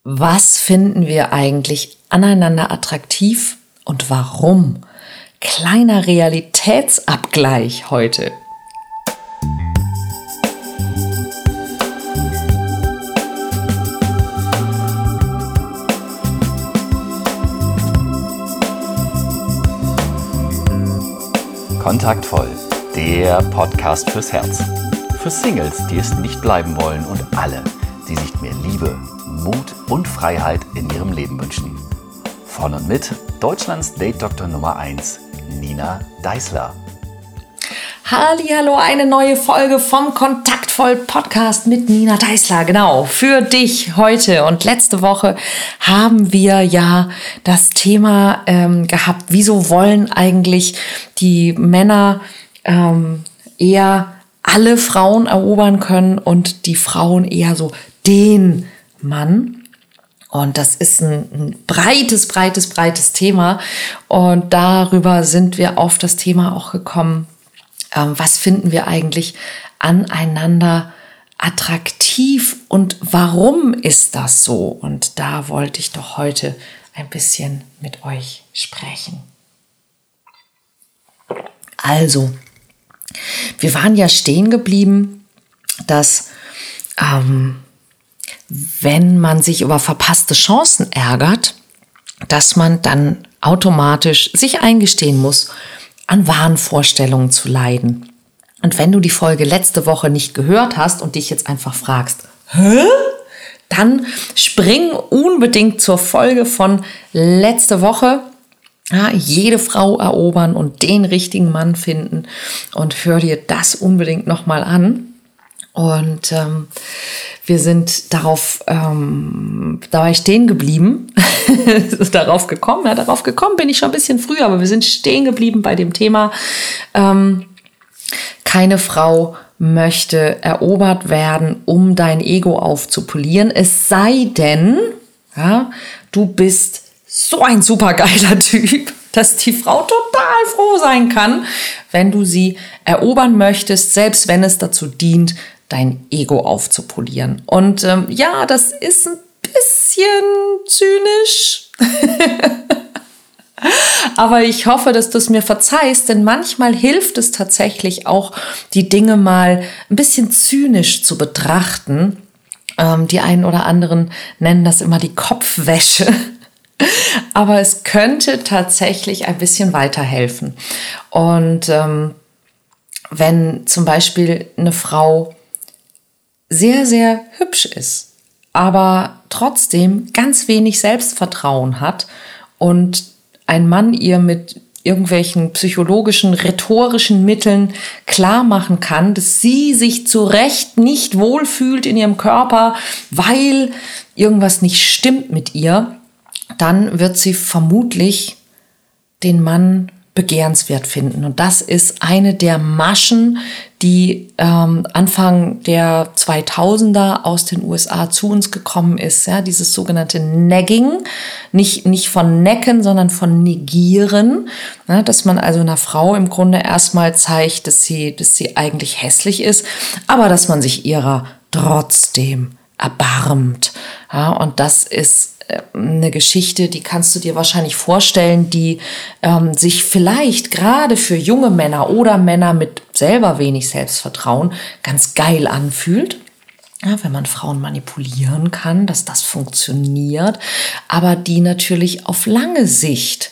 Was finden wir eigentlich aneinander attraktiv und warum? Kleiner Realitätsabgleich heute. Kontaktvoll, der Podcast fürs Herz. Für Singles, die es nicht bleiben wollen und alle, die sich mehr Liebe, Mut und Freiheit in ihrem Leben wünschen. Von und mit Deutschlands Date-Doktor Nummer 1, Nina Deißler. Hallihallo, eine neue Folge vom Kontaktvoll Podcast mit Nina Deißler. Genau, für dich heute. Und letzte Woche haben wir ja das Thema gehabt, wieso wollen eigentlich die Männer eher alle Frauen erobern können und die Frauen eher so den Mann. Und das ist ein breites Thema. Und darüber sind wir auf das Thema auch gekommen. Was finden wir eigentlich aneinander attraktiv und warum ist das so? Und da wollte ich doch heute ein bisschen mit euch sprechen. Also, wir waren ja stehen geblieben, dass wenn man sich über verpasste Chancen ärgert, dass man dann automatisch sich eingestehen muss, an Wahnvorstellungen zu leiden. Und wenn du die Folge letzte Woche nicht gehört hast und dich jetzt einfach fragst, dann spring unbedingt zur Folge von letzte Woche. Ja, jede Frau erobern und den richtigen Mann finden und hör dir das unbedingt nochmal an. Und wir sind dabei stehen geblieben, darauf gekommen bin ich schon ein bisschen früher, aber wir sind stehen geblieben bei dem Thema, keine Frau möchte erobert werden, um dein Ego aufzupolieren, es sei denn, ja, du bist so ein supergeiler Typ, dass die Frau total froh sein kann, wenn du sie erobern möchtest, selbst wenn es dazu dient, dein Ego aufzupolieren. Und ja, das ist ein bisschen zynisch. Aber ich hoffe, dass du es mir verzeihst, denn manchmal hilft es tatsächlich auch, die Dinge mal ein bisschen zynisch zu betrachten. Die einen oder anderen nennen das immer die Kopfwäsche. Aber es könnte tatsächlich ein bisschen weiterhelfen. Und wenn zum Beispiel eine Frau sehr, sehr hübsch ist, aber trotzdem ganz wenig Selbstvertrauen hat und ein Mann ihr mit irgendwelchen psychologischen, rhetorischen Mitteln klar machen kann, dass sie sich zu Recht nicht wohlfühlt in ihrem Körper, weil irgendwas nicht stimmt mit ihr, dann wird sie vermutlich den Mann begehrenswert finden. Und das ist eine der Maschen, die Anfang der 2000er aus den USA zu uns gekommen ist. Ja, dieses sogenannte Nagging, nicht von necken, sondern von negieren. Ja, dass man also einer Frau im Grunde erstmal zeigt, dass sie eigentlich hässlich ist, aber dass man sich ihrer trotzdem erbarmt. Ja, und das ist eine Geschichte, die kannst du dir wahrscheinlich vorstellen, die sich vielleicht gerade für junge Männer oder Männer mit selber wenig Selbstvertrauen ganz geil anfühlt. Ja, wenn man Frauen manipulieren kann, dass das funktioniert, aber die natürlich auf lange Sicht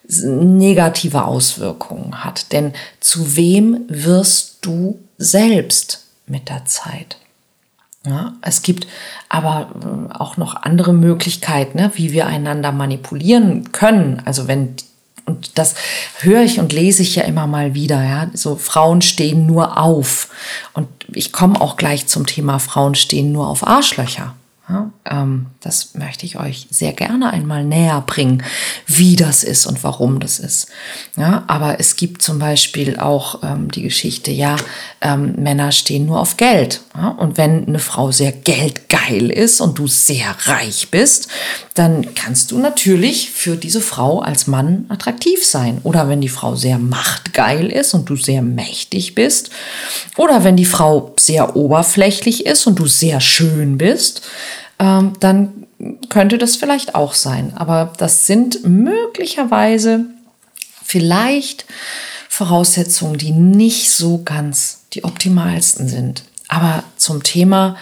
negative Auswirkungen hat. Denn zu wem wirst du selbst mit der Zeit? Ja, es gibt aber auch noch andere Möglichkeiten, ne, wie wir einander manipulieren können. Also und das höre ich und lese ich ja immer mal wieder, ja, so Frauen stehen nur auf. Und ich komme auch gleich zum Thema Frauen stehen nur auf Arschlöcher. Ja, das möchte ich euch sehr gerne einmal näher bringen, wie das ist und warum das ist. Ja, aber es gibt zum Beispiel auch die Geschichte, ja, Männer stehen nur auf Geld. Ja, und wenn eine Frau sehr geldgeil ist und du sehr reich bist, dann kannst du natürlich für diese Frau als Mann attraktiv sein. Oder wenn die Frau sehr machtgeil ist und du sehr mächtig bist. Oder wenn die Frau sehr oberflächlich ist und du sehr schön bist, dann könnte das vielleicht auch sein. Aber das sind möglicherweise vielleicht Voraussetzungen, die nicht so ganz die optimalsten sind. Aber zum Thema,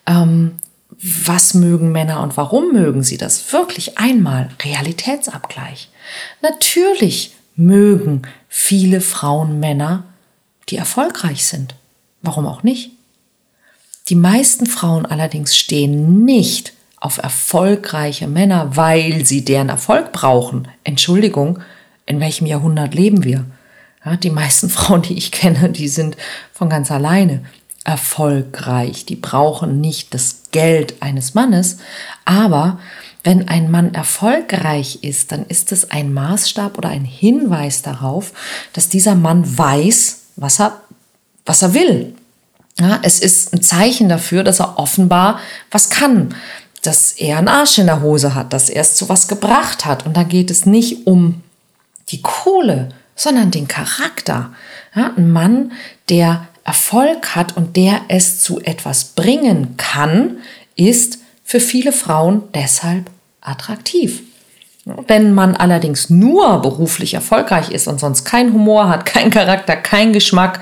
was mögen Männer und warum mögen sie das? Wirklich einmal Realitätsabgleich. Natürlich mögen viele Frauen Männer, die erfolgreich sind. Warum auch nicht? Die meisten Frauen allerdings stehen nicht auf erfolgreiche Männer, weil sie deren Erfolg brauchen. Entschuldigung, in welchem Jahrhundert leben wir? Ja, die meisten Frauen, die ich kenne, die sind von ganz alleine erfolgreich. Die brauchen nicht das Geld eines Mannes. Aber wenn ein Mann erfolgreich ist, dann ist es ein Maßstab oder ein Hinweis darauf, dass dieser Mann weiß, was er will. Ja, es ist ein Zeichen dafür, dass er offenbar was kann, dass er einen Arsch in der Hose hat, dass er es zu was gebracht hat. Und da geht es nicht um die Kohle, sondern den Charakter. Ja, ein Mann, der Erfolg hat und der es zu etwas bringen kann, ist für viele Frauen deshalb attraktiv. Wenn man allerdings nur beruflich erfolgreich ist und sonst keinen Humor hat, keinen Charakter, keinen Geschmack,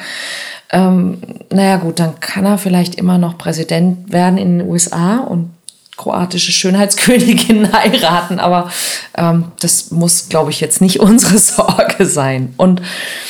naja gut, dann kann er vielleicht immer noch Präsident werden in den USA und kroatische Schönheitsköniginnen heiraten, aber das muss, glaube ich, jetzt nicht unsere Sorge sein. Und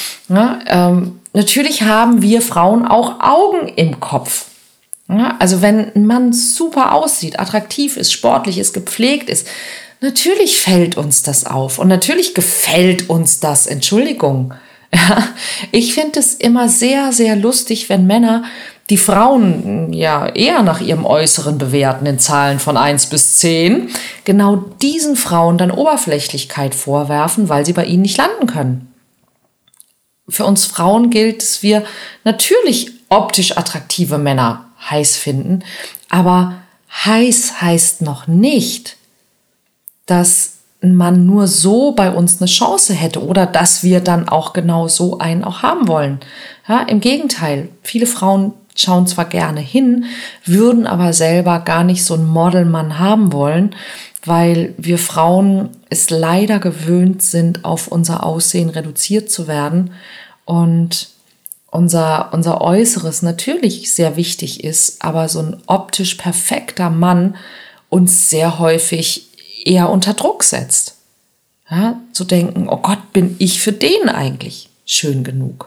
natürlich haben wir Frauen auch Augen im Kopf. Ja, also wenn ein Mann super aussieht, attraktiv ist, sportlich ist, gepflegt ist, natürlich fällt uns das auf und natürlich gefällt uns das, Entschuldigung. Ja, ich finde es immer sehr, sehr lustig, wenn Männer die Frauen ja eher nach ihrem Äußeren bewerten in Zahlen von 1 bis 10, genau diesen Frauen dann Oberflächlichkeit vorwerfen, weil sie bei ihnen nicht landen können. Für uns Frauen gilt, dass wir natürlich optisch attraktive Männer heiß finden, aber heiß heißt noch nicht, dass ein Mann nur so bei uns eine Chance hätte oder dass wir dann auch genau so einen auch haben wollen. Ja, im Gegenteil, viele Frauen schauen zwar gerne hin, würden aber selber gar nicht so einen Modelmann haben wollen, weil wir Frauen es leider gewöhnt sind, auf unser Aussehen reduziert zu werden und unser Äußeres natürlich sehr wichtig ist, aber so ein optisch perfekter Mann uns sehr häufig eher unter Druck setzt. Ja, zu denken, oh Gott, bin ich für den eigentlich schön genug?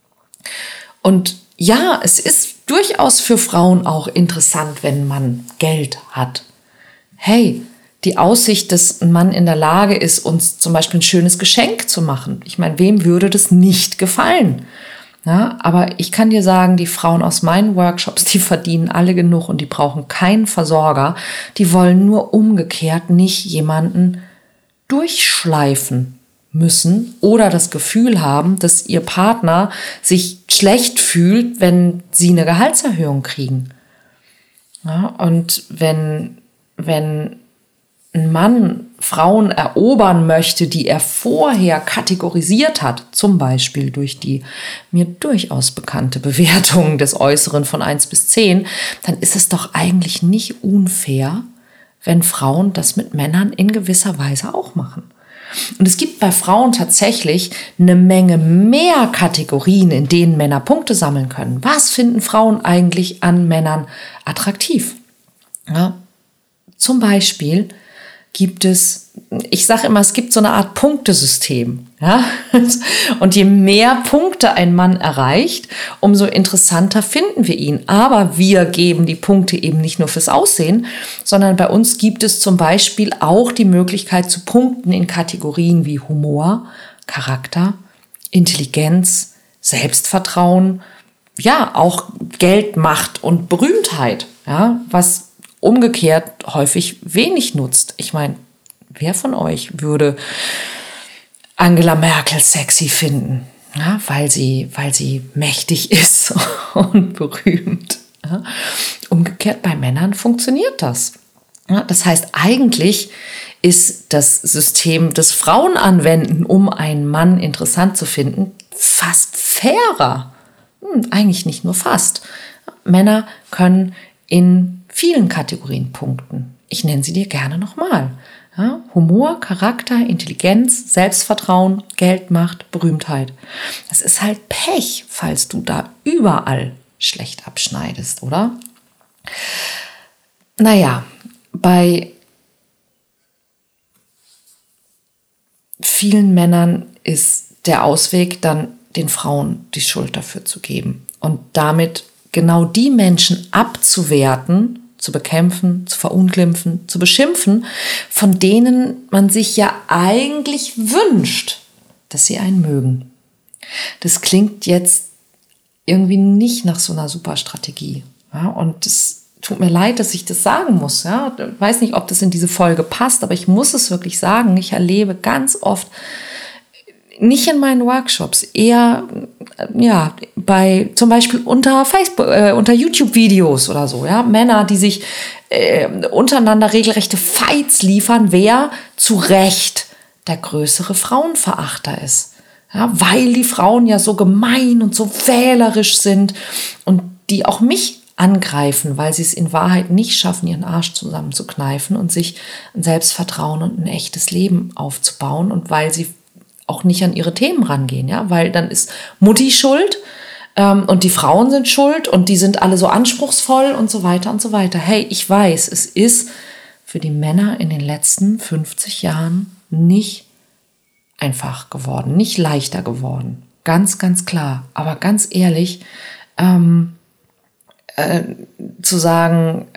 Und ja, es ist durchaus für Frauen auch interessant, wenn man Geld hat. Hey, die Aussicht, dass ein Mann in der Lage ist, uns zum Beispiel ein schönes Geschenk zu machen. Ich meine, wem würde das nicht gefallen? Ja, aber ich kann dir sagen, die Frauen aus meinen Workshops, die verdienen alle genug und die brauchen keinen Versorger. Die wollen nur umgekehrt nicht jemanden durchschleifen müssen oder das Gefühl haben, dass ihr Partner sich schlecht fühlt, wenn sie eine Gehaltserhöhung kriegen. Ja, und wenn ein Mann Frauen erobern möchte, die er vorher kategorisiert hat, zum Beispiel durch die mir durchaus bekannte Bewertung des Äußeren von 1 bis 10, dann ist es doch eigentlich nicht unfair, wenn Frauen das mit Männern in gewisser Weise auch machen. Und es gibt bei Frauen tatsächlich eine Menge mehr Kategorien, in denen Männer Punkte sammeln können. Was finden Frauen eigentlich an Männern attraktiv? Ja, zum Beispiel gibt es, ich sage immer, es gibt so eine Art Punktesystem. Ja? Und je mehr Punkte ein Mann erreicht, umso interessanter finden wir ihn. Aber wir geben die Punkte eben nicht nur fürs Aussehen, sondern bei uns gibt es zum Beispiel auch die Möglichkeit zu punkten in Kategorien wie Humor, Charakter, Intelligenz, Selbstvertrauen, ja, auch Geld, Macht und Berühmtheit, ja, was umgekehrt häufig wenig nutzt. Ich meine, wer von euch würde Angela Merkel sexy finden? Ja, weil sie mächtig ist und berühmt. Ja, umgekehrt bei Männern funktioniert das. Ja, das heißt, eigentlich ist das System des Frauen anwenden, um einen Mann interessant zu finden, fast fairer. Eigentlich nicht nur fast. Männer können in vielen Kategorien punkten. Ich nenne sie dir gerne nochmal. Ja, Humor, Charakter, Intelligenz, Selbstvertrauen, Geld, Macht, Berühmtheit. Das ist halt Pech, falls du da überall schlecht abschneidest, oder? Naja, bei vielen Männern ist der Ausweg dann, den Frauen die Schuld dafür zu geben und damit genau die Menschen abzuwerten, zu bekämpfen, zu verunglimpfen, zu beschimpfen, von denen man sich ja eigentlich wünscht, dass sie einen mögen. Das klingt jetzt irgendwie nicht nach so einer super Strategie. Ja, und es tut mir leid, dass ich das sagen muss. Ja. Ich weiß nicht, ob das in diese Folge passt, aber ich muss es wirklich sagen. Ich erlebe ganz oft, nicht in meinen Workshops, eher bei zum Beispiel unter Facebook, unter YouTube-Videos oder so, ja, Männer, die sich untereinander regelrechte Fights liefern, wer zu Recht der größere Frauenverachter ist, ja, weil die Frauen ja so gemein und so wählerisch sind und die auch mich angreifen, weil sie es in Wahrheit nicht schaffen, ihren Arsch zusammenzukneifen und sich ein Selbstvertrauen und ein echtes Leben aufzubauen und weil sie auch nicht an ihre Themen rangehen, ja, weil dann ist Mutti schuld und die Frauen sind schuld und die sind alle so anspruchsvoll und so weiter und so weiter. Hey, ich weiß, es ist für die Männer in den letzten 50 Jahren nicht einfach geworden, nicht leichter geworden. Ganz, ganz klar. Aber ganz ehrlich, zu sagen,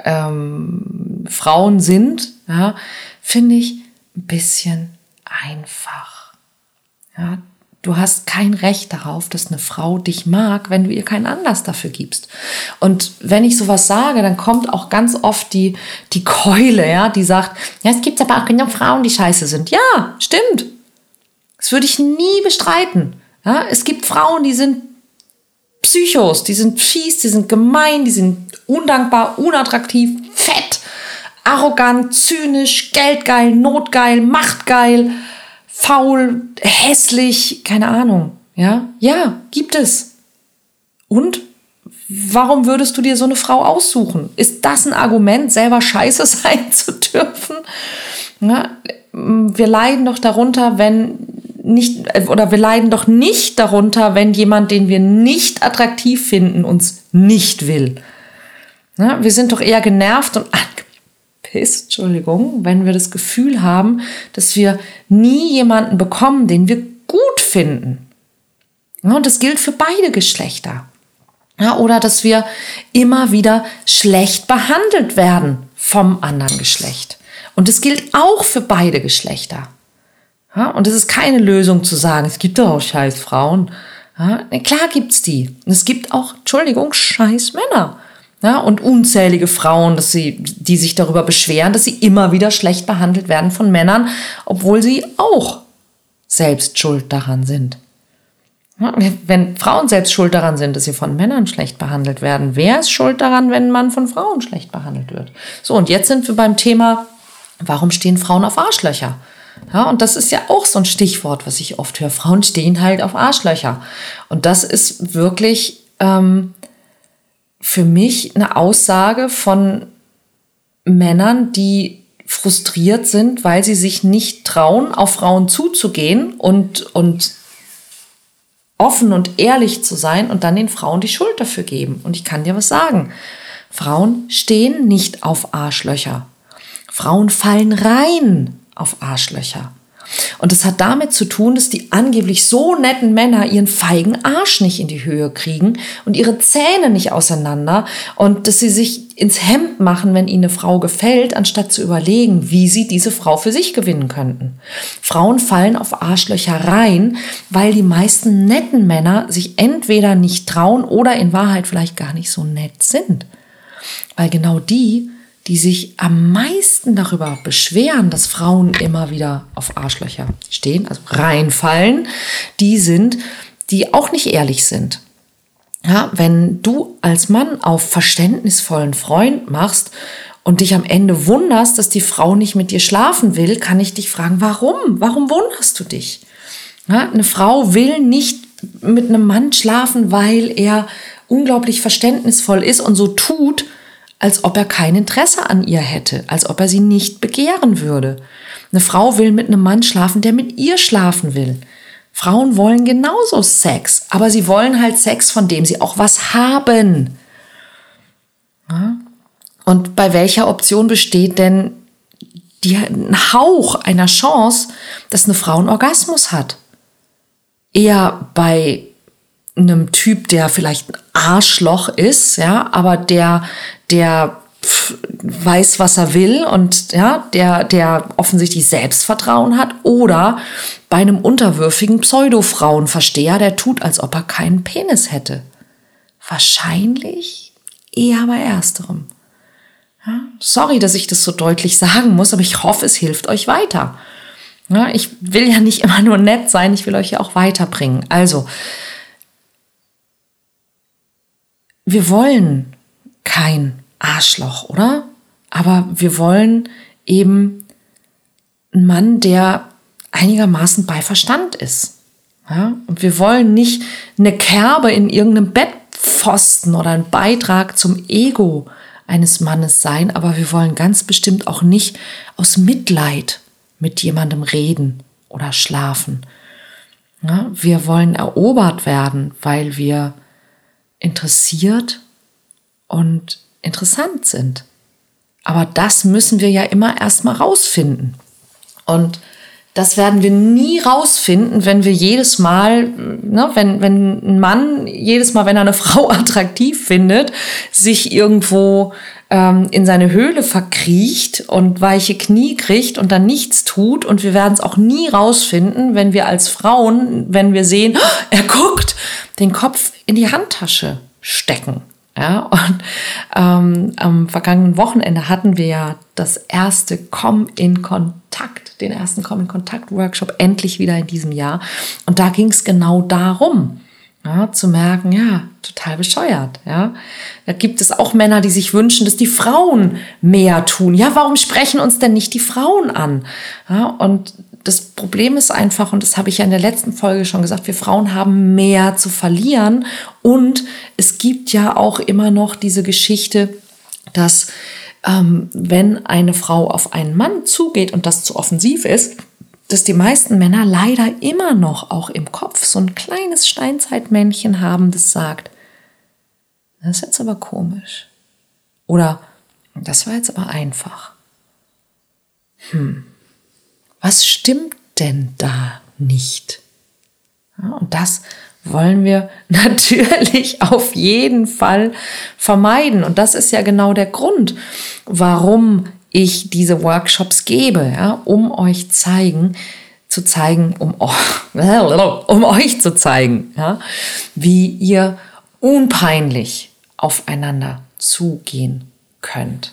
Frauen sind, ja, finde ich ein bisschen einfach. Ja, du hast kein Recht darauf, dass eine Frau dich mag, wenn du ihr keinen Anlass dafür gibst. Und wenn ich sowas sage, dann kommt auch ganz oft die Keule, ja, die sagt, ja, es gibt aber auch genug Frauen, die scheiße sind. Ja, stimmt. Das würde ich nie bestreiten. Ja, es gibt Frauen, die sind Psychos, die sind fies, die sind gemein, die sind undankbar, unattraktiv, fett, arrogant, zynisch, geldgeil, notgeil, machtgeil, faul, hässlich, keine Ahnung. Ja, gibt es. Und warum würdest du dir so eine Frau aussuchen? Ist das ein Argument, selber scheiße sein zu dürfen? Ja, wir leiden doch darunter, wir leiden doch nicht darunter, wenn jemand, den wir nicht attraktiv finden, uns nicht will. Ja, wir sind doch eher genervt und angepisst, wenn wir das Gefühl haben, dass wir nie jemanden bekommen, den wir gut finden. Ja, und das gilt für beide Geschlechter. Ja, oder dass wir immer wieder schlecht behandelt werden vom anderen Geschlecht. Und das gilt auch für beide Geschlechter. Ja, und es ist keine Lösung zu sagen, es gibt doch auch scheiß Frauen. Ja, klar gibt's die. Und es gibt auch, scheiß Männer. Ja, und unzählige Frauen, die sich darüber beschweren, dass sie immer wieder schlecht behandelt werden von Männern, obwohl sie auch selbst schuld daran sind. Ja, wenn Frauen selbst schuld daran sind, dass sie von Männern schlecht behandelt werden, wer ist schuld daran, wenn ein Mann von Frauen schlecht behandelt wird? So, und jetzt sind wir beim Thema, warum stehen Frauen auf Arschlöcher? Ja, und das ist ja auch so ein Stichwort, was ich oft höre. Frauen stehen halt auf Arschlöcher. Und das ist wirklich für mich eine Aussage von Männern, die frustriert sind, weil sie sich nicht trauen, auf Frauen zuzugehen und offen und ehrlich zu sein und dann den Frauen die Schuld dafür geben. Und ich kann dir was sagen. Frauen stehen nicht auf Arschlöcher. Frauen fallen rein auf Arschlöcher. Und das hat damit zu tun, dass die angeblich so netten Männer ihren feigen Arsch nicht in die Höhe kriegen und ihre Zähne nicht auseinander und dass sie sich ins Hemd machen, wenn ihnen eine Frau gefällt, anstatt zu überlegen, wie sie diese Frau für sich gewinnen könnten. Frauen fallen auf Arschlöcher rein, weil die meisten netten Männer sich entweder nicht trauen oder in Wahrheit vielleicht gar nicht so nett sind. Weil genau die sich am meisten darüber beschweren, dass Frauen immer wieder auf Arschlöcher stehen, also reinfallen, die sind, die auch nicht ehrlich sind. Ja, wenn du als Mann auf verständnisvollen Freund machst und dich am Ende wunderst, dass die Frau nicht mit dir schlafen will, kann ich dich fragen, warum? Warum wunderst du dich? Ja, eine Frau will nicht mit einem Mann schlafen, weil er unglaublich verständnisvoll ist und so tut, als ob er kein Interesse an ihr hätte, als ob er sie nicht begehren würde. Eine Frau will mit einem Mann schlafen, der mit ihr schlafen will. Frauen wollen genauso Sex, aber sie wollen halt Sex, von dem sie auch was haben. Ja? Und bei welcher Option besteht denn ein Hauch einer Chance, dass eine Frau einen Orgasmus hat? Eher bei einem Typ, der vielleicht ein Arschloch ist, ja, aber der weiß, was er will und ja, der offensichtlich Selbstvertrauen hat, oder bei einem unterwürfigen Pseudo-Frauenversteher, der tut, als ob er keinen Penis hätte. Wahrscheinlich eher bei ersterem. Ja, sorry, dass ich das so deutlich sagen muss, aber ich hoffe, es hilft euch weiter. Ja, ich will ja nicht immer nur nett sein, ich will euch ja auch weiterbringen. Also, wir wollen kein Arschloch, oder? Aber wir wollen eben einen Mann, der einigermaßen bei Verstand ist. Ja? Und wir wollen nicht eine Kerbe in irgendeinem Bettpfosten oder einen Beitrag zum Ego eines Mannes sein, aber wir wollen ganz bestimmt auch nicht aus Mitleid mit jemandem reden oder schlafen. Ja? Wir wollen erobert werden, weil wir interessiert und interessant sind. Aber das müssen wir ja immer erstmal rausfinden. Und das werden wir nie rausfinden, wenn wir jedes Mal, ne, wenn ein Mann jedes Mal, wenn er eine Frau attraktiv findet, sich irgendwo in seine Höhle verkriecht und weiche Knie kriegt und dann nichts tut. Und wir werden es auch nie rausfinden, wenn wir als Frauen, wenn wir sehen, er guckt, den Kopf in die Handtasche stecken. Ja, und am vergangenen Wochenende hatten wir ja das erste den ersten Komm-in-Kontakt-Workshop endlich wieder in diesem Jahr. Und da ging es genau darum, ja, zu merken, ja, total bescheuert. Ja. Da gibt es auch Männer, die sich wünschen, dass die Frauen mehr tun. Ja, warum sprechen uns denn nicht die Frauen an? Ja, und das Problem ist einfach, und das habe ich ja in der letzten Folge schon gesagt, wir Frauen haben mehr zu verlieren. Und es gibt ja auch immer noch diese Geschichte, dass wenn eine Frau auf einen Mann zugeht und das zu offensiv ist, dass die meisten Männer leider immer noch auch im Kopf so ein kleines Steinzeitmännchen haben, das sagt, das ist jetzt aber komisch. Oder das war jetzt aber einfach. Was stimmt denn da nicht? Ja, und das wollen wir natürlich auf jeden Fall vermeiden. Und das ist ja genau der Grund, warum ich diese Workshops gebe, ja, um euch zu zeigen, ja, wie ihr unpeinlich aufeinander zugehen könnt.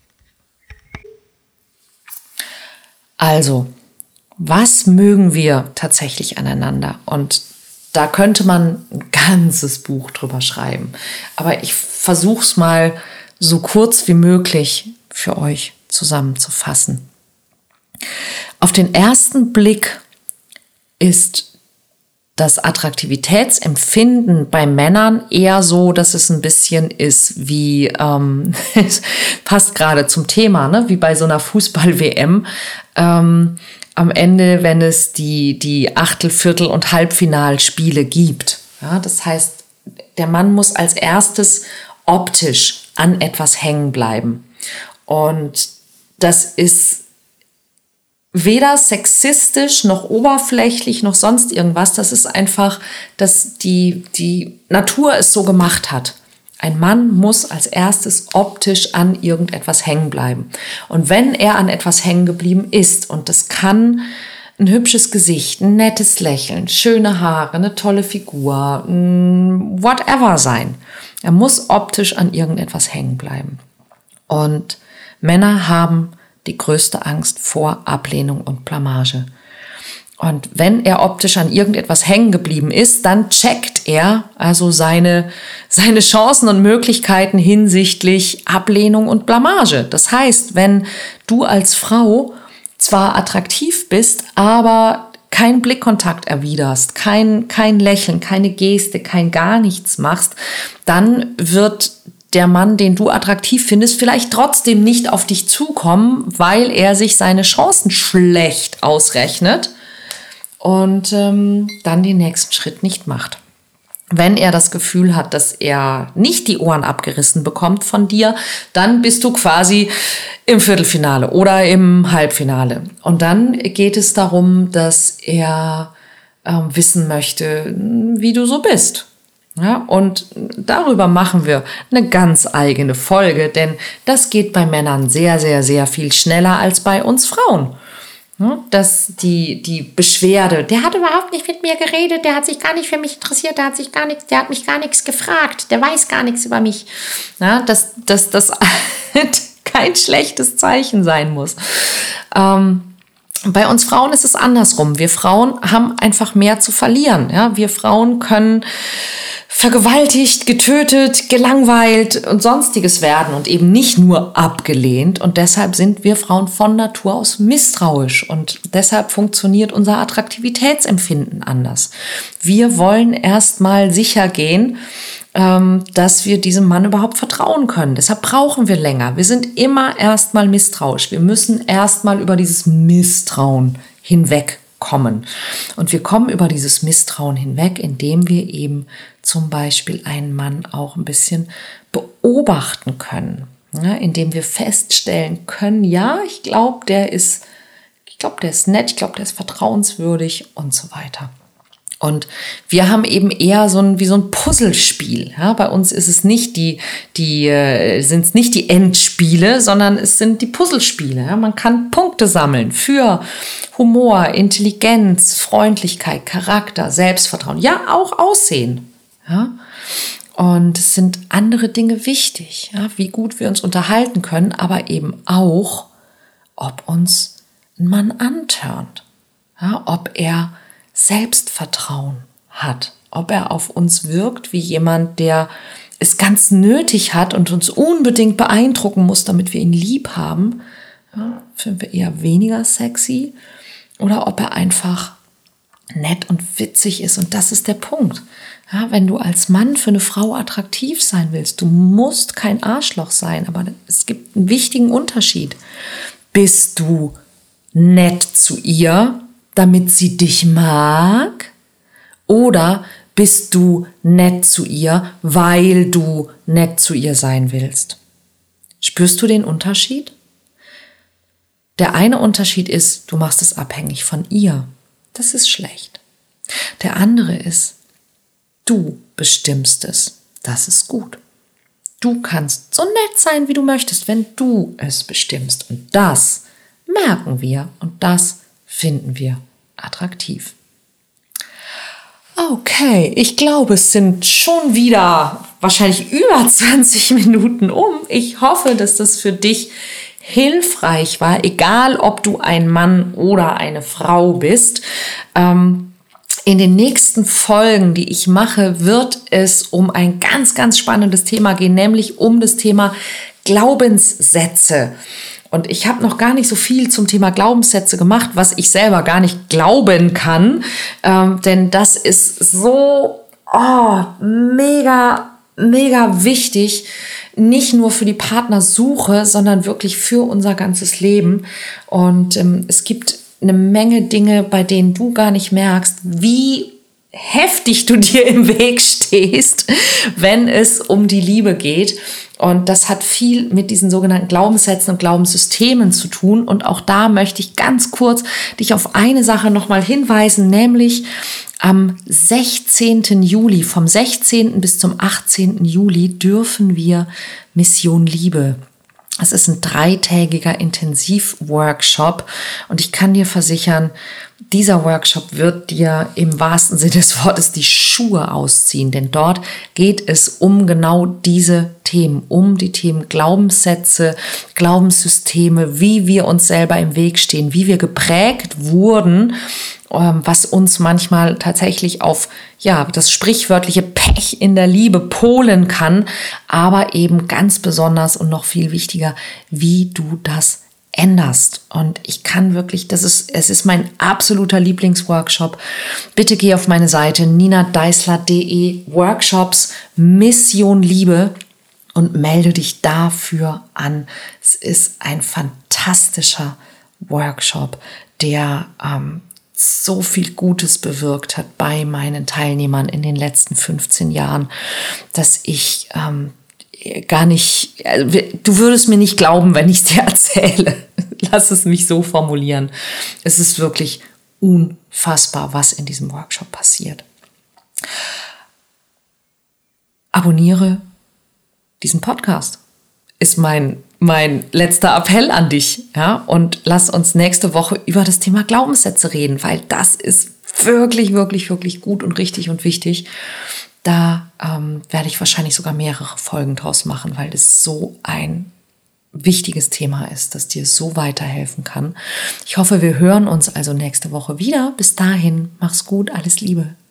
Also, was mögen wir tatsächlich aneinander? Und da könnte man ein ganzes Buch drüber schreiben. Aber ich versuche es mal so kurz wie möglich für euch zusammenzufassen. Auf den ersten Blick ist das Attraktivitätsempfinden bei Männern eher so, dass es ein bisschen ist wie, passt gerade zum Thema, ne? Wie bei so einer Fußball-WM. Am Ende, wenn es die Achtel-, Viertel- und Halbfinalspiele gibt. Ja, das heißt, der Mann muss als erstes optisch an etwas hängen bleiben. Und das ist weder sexistisch noch oberflächlich noch sonst irgendwas. Das ist einfach, dass die Natur es so gemacht hat. Ein Mann muss als erstes optisch an irgendetwas hängen bleiben. Und wenn er an etwas hängen geblieben ist, und das kann ein hübsches Gesicht, ein nettes Lächeln, schöne Haare, eine tolle Figur, whatever sein, er muss optisch an irgendetwas hängen bleiben. Und Männer haben die größte Angst vor Ablehnung und Blamage. Und wenn er optisch an irgendetwas hängen geblieben ist, dann checkt er also seine Chancen und Möglichkeiten hinsichtlich Ablehnung und Blamage. Das heißt, wenn du als Frau zwar attraktiv bist, aber keinen Blickkontakt erwiderst, kein Lächeln, keine Geste, kein gar nichts machst, dann wird der Mann, den du attraktiv findest, vielleicht trotzdem nicht auf dich zukommen, weil er sich seine Chancen schlecht ausrechnet und dann den nächsten Schritt nicht macht. Wenn er das Gefühl hat, dass er nicht die Ohren abgerissen bekommt von dir, dann bist du quasi im Viertelfinale oder im Halbfinale. Und dann geht es darum, dass er wissen möchte, wie du so bist. Ja, und darüber machen wir eine ganz eigene Folge, denn das geht bei Männern sehr, sehr, sehr viel schneller als bei uns Frauen. Dass die Beschwerde, der hat überhaupt nicht mit mir geredet, der hat sich gar nicht für mich interessiert, der hat mich gar nichts gefragt, der weiß gar nichts über mich. Ja, dass das kein schlechtes Zeichen sein muss. Bei uns Frauen ist es andersrum. Wir Frauen haben einfach mehr zu verlieren. Ja, wir Frauen können vergewaltigt, getötet, gelangweilt und sonstiges werden und eben nicht nur abgelehnt. Und deshalb sind wir Frauen von Natur aus misstrauisch und deshalb funktioniert unser Attraktivitätsempfinden anders. Wir wollen erstmal sicher gehen, dass wir diesem Mann überhaupt vertrauen können. Deshalb brauchen wir länger. Wir sind immer erstmal misstrauisch. Wir müssen erstmal über dieses Misstrauen hinwegkommen. Und wir kommen über dieses Misstrauen hinweg, indem wir eben zum Beispiel einen Mann auch ein bisschen beobachten können. Ja, indem wir feststellen können, ja, ich glaube, der ist nett, ich glaube, der ist vertrauenswürdig und so weiter. Und wir haben eben eher wie so ein Puzzlespiel. Ja, bei uns ist es nicht sind es nicht die Endspiele, sondern es sind die Puzzlespiele. Ja, man kann Punkte sammeln für Humor, Intelligenz, Freundlichkeit, Charakter, Selbstvertrauen, ja, auch Aussehen. Ja, und es sind andere Dinge wichtig, ja, wie gut wir uns unterhalten können, aber eben auch, ob uns ein Mann antörnt, ja, ob er Selbstvertrauen hat, ob er auf uns wirkt wie jemand, der es ganz nötig hat und uns unbedingt beeindrucken muss, damit wir ihn lieb haben, ja, finden wir eher weniger sexy, oder ob er einfach nett und witzig ist. Und das ist der Punkt. Ja, wenn du als Mann für eine Frau attraktiv sein willst, du musst kein Arschloch sein, aber es gibt einen wichtigen Unterschied. Bist du nett zu ihr, damit sie dich mag? Oder bist du nett zu ihr, weil du nett zu ihr sein willst? Spürst du den Unterschied? Der eine Unterschied ist, du machst es abhängig von ihr. Das ist schlecht. Der andere ist, du bestimmst es. Das ist gut. Du kannst so nett sein, wie du möchtest, wenn du es bestimmst. Und das merken wir und das finden wir attraktiv. Okay, ich glaube, es sind schon wieder wahrscheinlich über 20 Minuten um. Ich hoffe, dass das für dich hilfreich war, egal ob du ein Mann oder eine Frau bist. In den nächsten Folgen, die ich mache, wird es um ein ganz, ganz spannendes Thema gehen, nämlich um das Thema Glaubenssätze. Und ich habe noch gar nicht so viel zum Thema Glaubenssätze gemacht, was ich selber gar nicht glauben kann, denn das ist so mega, mega wichtig, nicht nur für die Partnersuche, sondern wirklich für unser ganzes Leben. Und es gibt eine Menge Dinge, bei denen du gar nicht merkst, wie heftig du dir im Weg stehst, wenn es um die Liebe geht. Und das hat viel mit diesen sogenannten Glaubenssätzen und Glaubenssystemen zu tun. Und auch da möchte ich ganz kurz dich auf eine Sache nochmal hinweisen, nämlich am 16. Juli, vom 16. bis zum 18. Juli dürfen wir Mission Liebe. Es ist ein 3-tägiger Intensivworkshop und ich kann dir versichern, dieser Workshop wird dir im wahrsten Sinne des Wortes die Schuhe ausziehen, denn dort geht es um genau diese Themen, um die Themen Glaubenssätze, Glaubenssysteme, wie wir uns selber im Weg stehen, wie wir geprägt wurden, was uns manchmal tatsächlich auf das sprichwörtliche Pech in der Liebe polen kann, aber eben ganz besonders und noch viel wichtiger, wie du das änderst. Und ich kann wirklich, es ist mein absoluter Lieblingsworkshop. Bitte geh auf meine Seite ninadeisler.de Workshops Mission Liebe und melde dich dafür an. Es ist ein fantastischer Workshop, der so viel Gutes bewirkt hat bei meinen Teilnehmern in den letzten 15 Jahren, dass ich gar nicht, du würdest mir nicht glauben, wenn ich es dir erzähle. Lass es mich so formulieren. Es ist wirklich unfassbar, was in diesem Workshop passiert. Abonniere diesen Podcast. Ist mein letzter Appell an dich. Ja? Und lass uns nächste Woche über das Thema Glaubenssätze reden, weil das ist wirklich, wirklich, wirklich gut und richtig und wichtig. Da werde ich wahrscheinlich sogar mehrere Folgen draus machen, weil das so ein wichtiges Thema ist, das dir so weiterhelfen kann. Ich hoffe, wir hören uns also nächste Woche wieder. Bis dahin, mach's gut, alles Liebe.